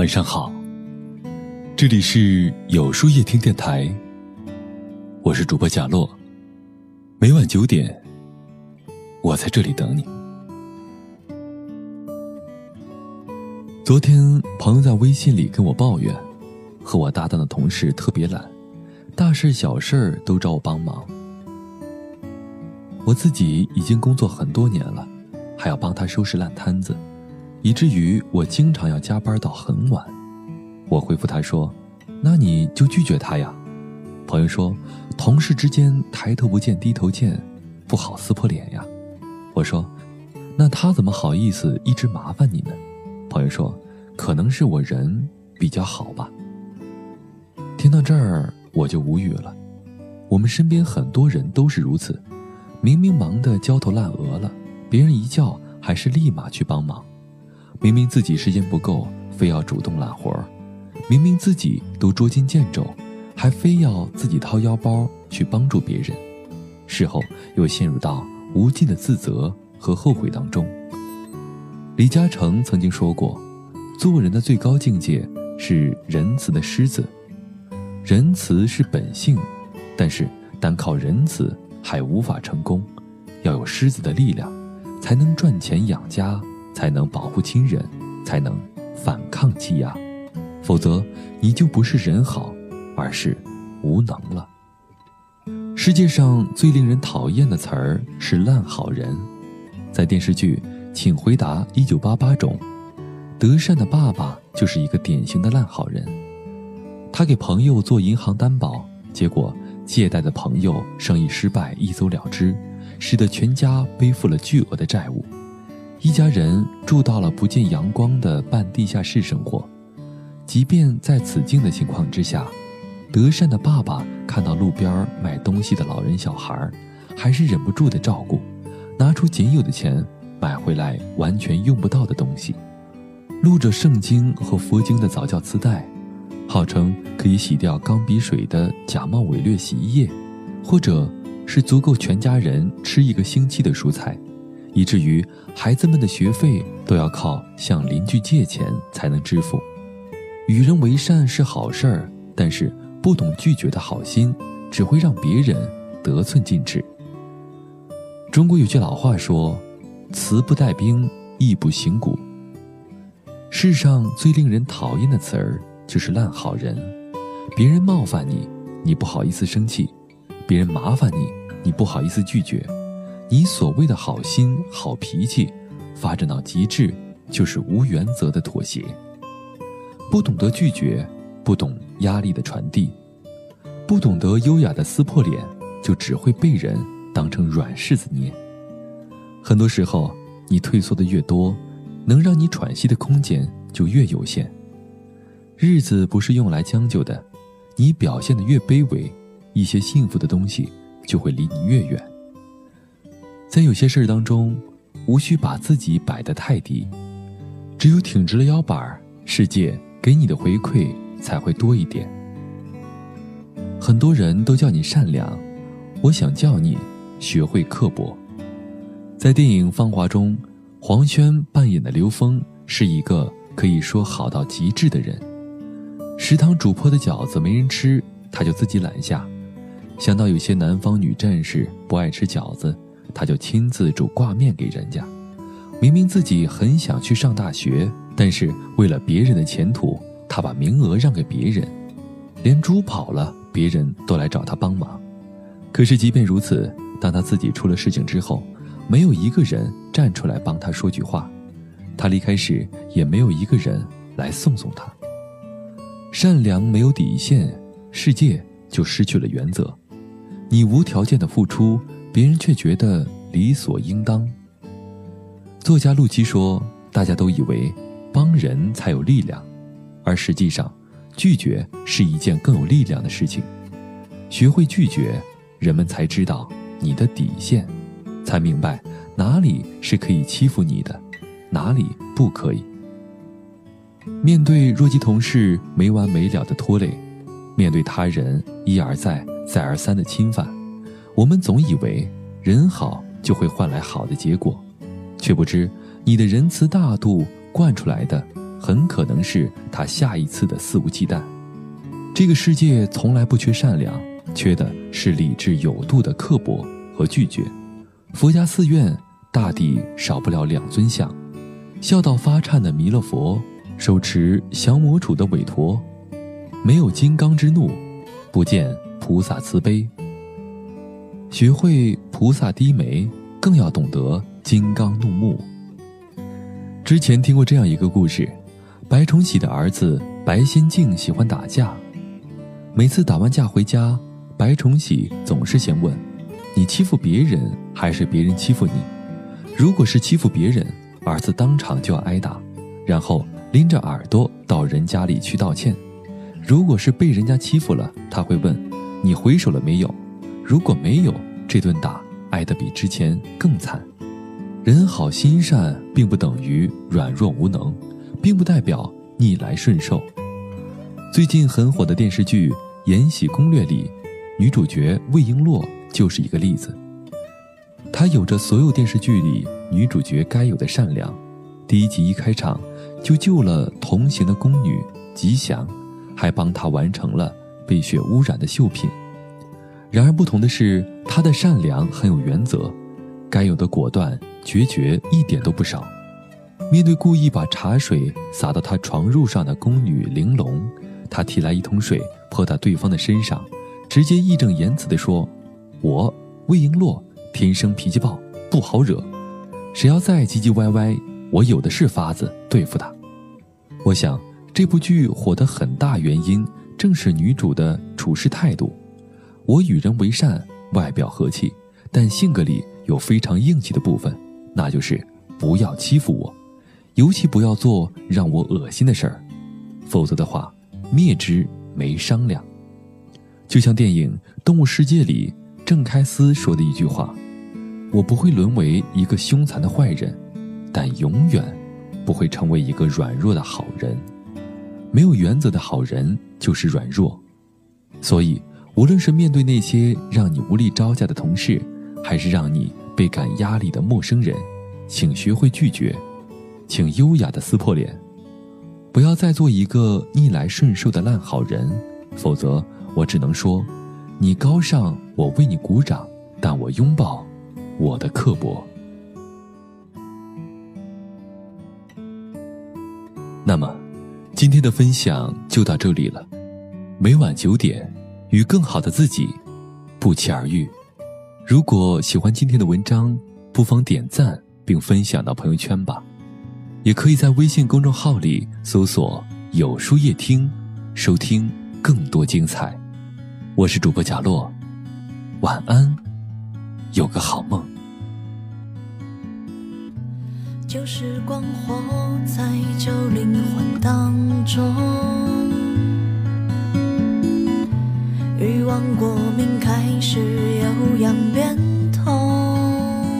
晚上好，这里是有书夜听电台，我是主播贾洛，每晚9点，我在这里等你。昨天朋友在微信里跟我抱怨，和我搭档的同事特别懒，大事小事都找我帮忙。我自己已经工作很多年了，还要帮他收拾烂摊子，以至于我经常要加班到很晚。我回复他说，那你就拒绝他呀。朋友说，同事之间抬头不见低头见，不好撕破脸呀。我说，那他怎么好意思一直麻烦你呢？朋友说，可能是我人比较好吧。听到这儿我就无语了。我们身边很多人都是如此，明明忙得焦头烂额了，别人一叫还是立马去帮忙。明明自己时间不够，非要主动揽活儿；明明自己都捉襟见肘，还非要自己掏腰包去帮助别人。事后又陷入到无尽的自责和后悔当中。李嘉诚曾经说过，做人的最高境界是仁慈的狮子。仁慈是本性，但是单靠仁慈还无法成功，要有狮子的力量，才能赚钱养家，才能保护亲人，才能反抗欺压，否则你就不是人好，而是无能了。世界上最令人讨厌的词儿是烂好人。在电视剧《请回答1988》中，德善的爸爸就是一个典型的烂好人。他给朋友做银行担保，结果借贷的朋友生意失败，一走了之，使得全家背负了巨额的债务。一家人住到了不见阳光的半地下室生活。即便在此境的情况之下，德善的爸爸看到路边卖东西的老人小孩，还是忍不住的照顾，拿出仅有的钱买回来完全用不到的东西。录着圣经和佛经的早教磁带，号称可以洗掉钢笔水的假冒伪劣洗衣液，或者是足够全家人吃1个星期的蔬菜，以至于孩子们的学费都要靠向邻居借钱才能支付。与人为善是好事儿，但是不懂拒绝的好心只会让别人得寸进尺。中国有句老话说，慈不带兵，义不行古。世上最令人讨厌的词儿就是烂好人。别人冒犯你，你不好意思生气；别人麻烦你，你不好意思拒绝。你所谓的好心好脾气，发展到极致就是无原则的妥协。不懂得拒绝，不懂压力的传递，不懂得优雅的撕破脸，就只会被人当成软柿子捏。很多时候，你退缩的越多，能让你喘息的空间就越有限。日子不是用来将就的，你表现得越卑微，一些幸福的东西就会离你越远。在有些事当中，无需把自己摆得太低，只有挺直了腰板，世界给你的回馈才会多一点。很多人都叫你善良，我想叫你学会刻薄。在电影《芳华》中，黄轩扮演的刘峰是一个可以说好到极致的人。食堂煮破的饺子没人吃，他就自己揽下。想到有些南方女战士不爱吃饺子，他就亲自煮挂面给人家。明明自己很想去上大学，但是为了别人的前途，他把名额让给别人。连猪跑了，别人都来找他帮忙。可是即便如此，当他自己出了事情之后，没有一个人站出来帮他说句话。他离开时，也没有一个人来送送他。善良没有底线，世界就失去了原则。你无条件的付出，别人却觉得理所应当。作家陆琪说，大家都以为帮人才有力量，而实际上拒绝是一件更有力量的事情。学会拒绝，人们才知道你的底线，才明白哪里是可以欺负你的，哪里不可以。面对弱鸡同事没完没了的拖累，面对他人一而再再而三的侵犯，我们总以为人好就会换来好的结果，却不知你的仁慈大度惯出来的很可能是他下一次的肆无忌惮。这个世界从来不缺善良，缺的是理智有度的刻薄和拒绝。佛家寺院大抵少不了2尊像：笑到发颤的弥勒佛，手持降魔杵的韦陀。没有金刚之怒，不见菩萨慈悲。学会菩萨低眉，更要懂得金刚怒目。之前听过这样一个故事，白崇禧的儿子白先敬喜欢打架，每次打完架回家，白崇禧总是先问：你欺负别人还是别人欺负你？如果是欺负别人，儿子当场就要挨打，然后拎着耳朵到人家里去道歉。如果是被人家欺负了，他会问：你回手了没有？如果没有，这顿打挨得比之前更惨。人好心善并不等于软弱无能，并不代表逆来顺受。最近很火的电视剧《延禧攻略》里，女主角魏璎珞就是一个例子。她有着所有电视剧里女主角该有的善良。第1集一开场就救了同行的宫女吉祥，还帮她完成了被血污染的绣品。然而不同的是，她的善良很有原则，该有的果断决绝一点都不少。面对故意把茶水洒到她床褥上的宫女玲珑，她提来1桶水泼到对方的身上，直接义正言辞地说：我魏璎珞天生脾气暴，不好惹，谁要再唧唧歪歪，我有的是法子对付他。我想这部剧火的很大原因正是女主的处事态度。我与人为善，外表和气，但性格里有非常硬气的部分，那就是不要欺负我，尤其不要做让我恶心的事儿，否则的话灭之没商量。就像电影《动物世界》里郑开司说的一句话：我不会沦为一个凶残的坏人，但永远不会成为一个软弱的好人。没有原则的好人就是软弱。所以无论是面对那些让你无力招架的同事，还是让你倍感压力的陌生人，请学会拒绝，请优雅地撕破脸，不要再做一个逆来顺受的烂好人，否则我只能说，你高尚，我为你鼓掌，但我拥抱我的刻薄。那么今天的分享就到这里了，每晚9点与更好的自己不期而遇。如果喜欢今天的文章，不妨点赞并分享到朋友圈吧，也可以在微信公众号里搜索有书夜听，收听更多精彩。我是主播贾洛，晚安，有个好梦。 旧时光活在旧灵魂当中，欲望过敏开始有样变通，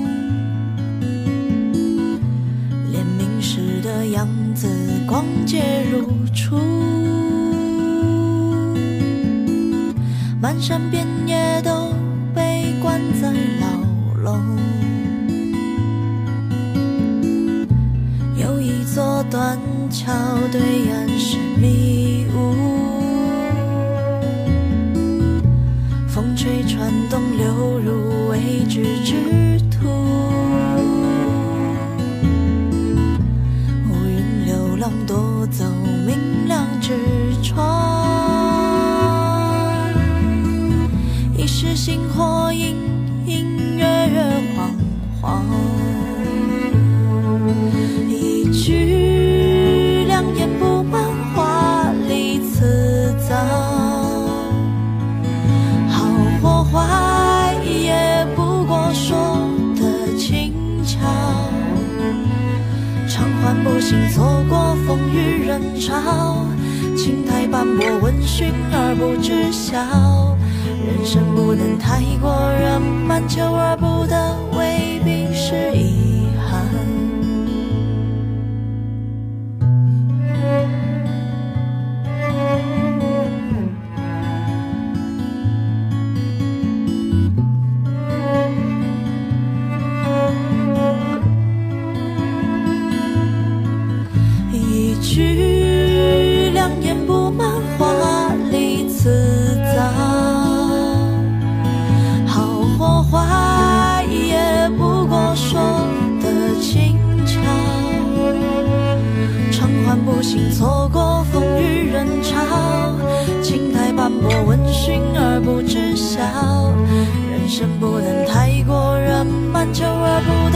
连明时的样子光洁如初，漫山遍野都被关在牢笼，有一座断桥对岸是迷雾，风吹船动流入未知之途，乌云流浪夺走明亮之窗，一时星火隐隐约约晃晃，一句良言不满华丽辞藻，好或坏也不过说得轻巧，偿还不幸错过风雨人潮，青苔斑驳闻讯而不知晓，人生不能太过圆满，求而不得未必是遗憾。一句幸错过风雨人潮，青苔斑驳闻讯而不知晓。人生不能太过人满，求而不